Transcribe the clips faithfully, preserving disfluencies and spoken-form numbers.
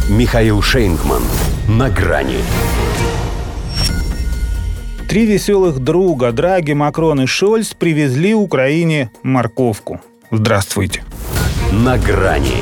Михаил Шейнгман. На грани. Три веселых друга Драги, Макрон и Шольц привезли Украине морковку. Здравствуйте. На грани.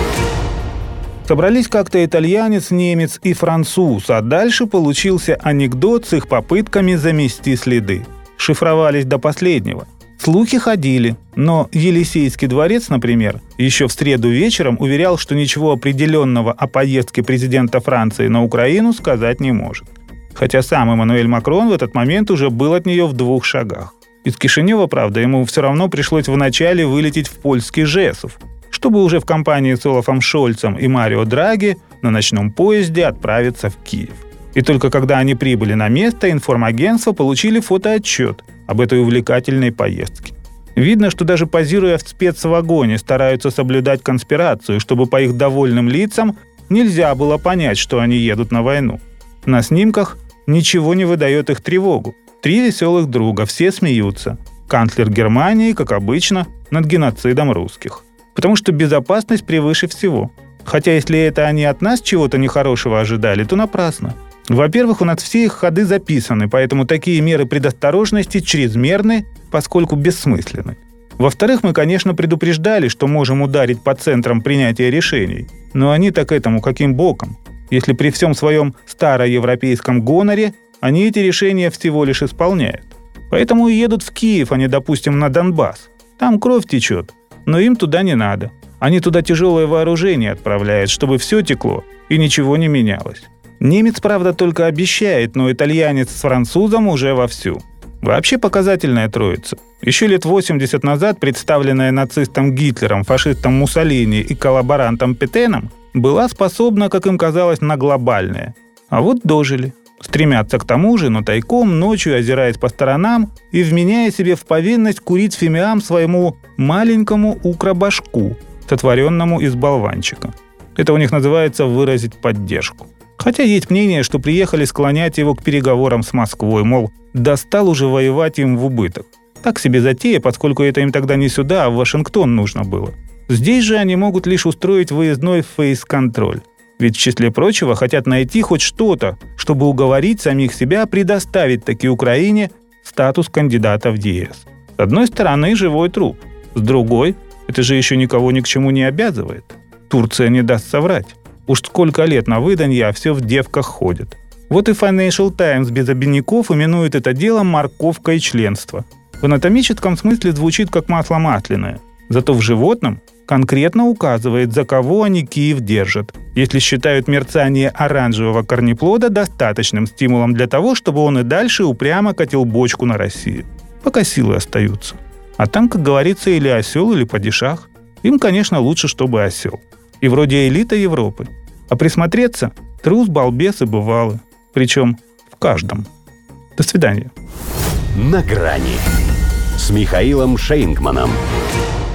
Собрались как-то итальянец, немец и француз, а дальше получился анекдот с их попытками замести следы. Шифровались до последнего. Слухи ходили, но Елисейский дворец, например, еще в среду вечером уверял, что ничего определенного о поездке президента Франции на Украину сказать не может. Хотя сам Эммануэль Макрон в этот момент уже был от нее в двух шагах. Из Кишинева, правда, ему все равно пришлось вначале вылететь в польский Жесов, чтобы уже в компании с Олафом Шольцем и Марио Драги на ночном поезде отправиться в Киев. И только когда они прибыли на место, информагентства получили фотоотчет об этой увлекательной поездке. Видно, что даже позируя в спецвагоне, стараются соблюдать конспирацию, чтобы по их довольным лицам нельзя было понять, что они едут на войну. На снимках ничего не выдает их тревогу. Три веселых друга, все смеются. Канцлер Германии, как обычно, над геноцидом русских. Потому что безопасность превыше всего. Хотя если это они от нас чего-то нехорошего ожидали, то напрасно. Во-первых, у нас все их ходы записаны, поэтому такие меры предосторожности чрезмерны, поскольку бессмысленны. Во-вторых, мы, конечно, предупреждали, что можем ударить по центрам принятия решений. Но они-то к этому каким боком? Если при всем своем староевропейском гоноре они эти решения всего лишь исполняют. Поэтому и едут в Киев, а не, допустим, на Донбасс. Там кровь течет, но им туда не надо. Они туда тяжелое вооружение отправляют, чтобы все текло и ничего не менялось. Немец, правда, только обещает, но итальянец с французом уже вовсю. Вообще показательная троица. Еще лет восемьдесят назад представленная нацистом Гитлером, фашистом Муссолини и коллаборантом Петеном была способна, как им казалось, на глобальное. А вот дожили. Стремятся к тому же, но тайком, ночью, озираясь по сторонам и вменяя себе в повинность курить фимиам своему маленькому укробашку, сотворенному из болванчика. Это у них называется выразить поддержку. Хотя есть мнение, что приехали склонять его к переговорам с Москвой, мол, достал уже воевать им в убыток. Так себе затея, поскольку это им тогда не сюда, а в Вашингтон нужно было. Здесь же они могут лишь устроить выездной фейс-контроль. Ведь в числе прочего хотят найти хоть что-то, чтобы уговорить самих себя предоставить таки Украине статус кандидата в ЕС. С одной стороны, живой труп. С другой, это же еще никого ни к чему не обязывает. Турция не даст соврать. Уж сколько лет на выданье, а все в девках ходят. Вот и Financial Times без обиняков именует это дело морковкой членства. В анатомическом смысле звучит как масло масляное. Зато в животном конкретно указывает, за кого они Киев держат, если считают мерцание оранжевого корнеплода достаточным стимулом для того, чтобы он и дальше упрямо катил бочку на Россию. Пока силы остаются. А там, как говорится, или осел, или падишах. Им, конечно, лучше, чтобы осел. И вроде элита Европы. А присмотреться – трус, балбес и бывалый. Причем в каждом. До свидания. На грани с Михаилом Шейнгманом.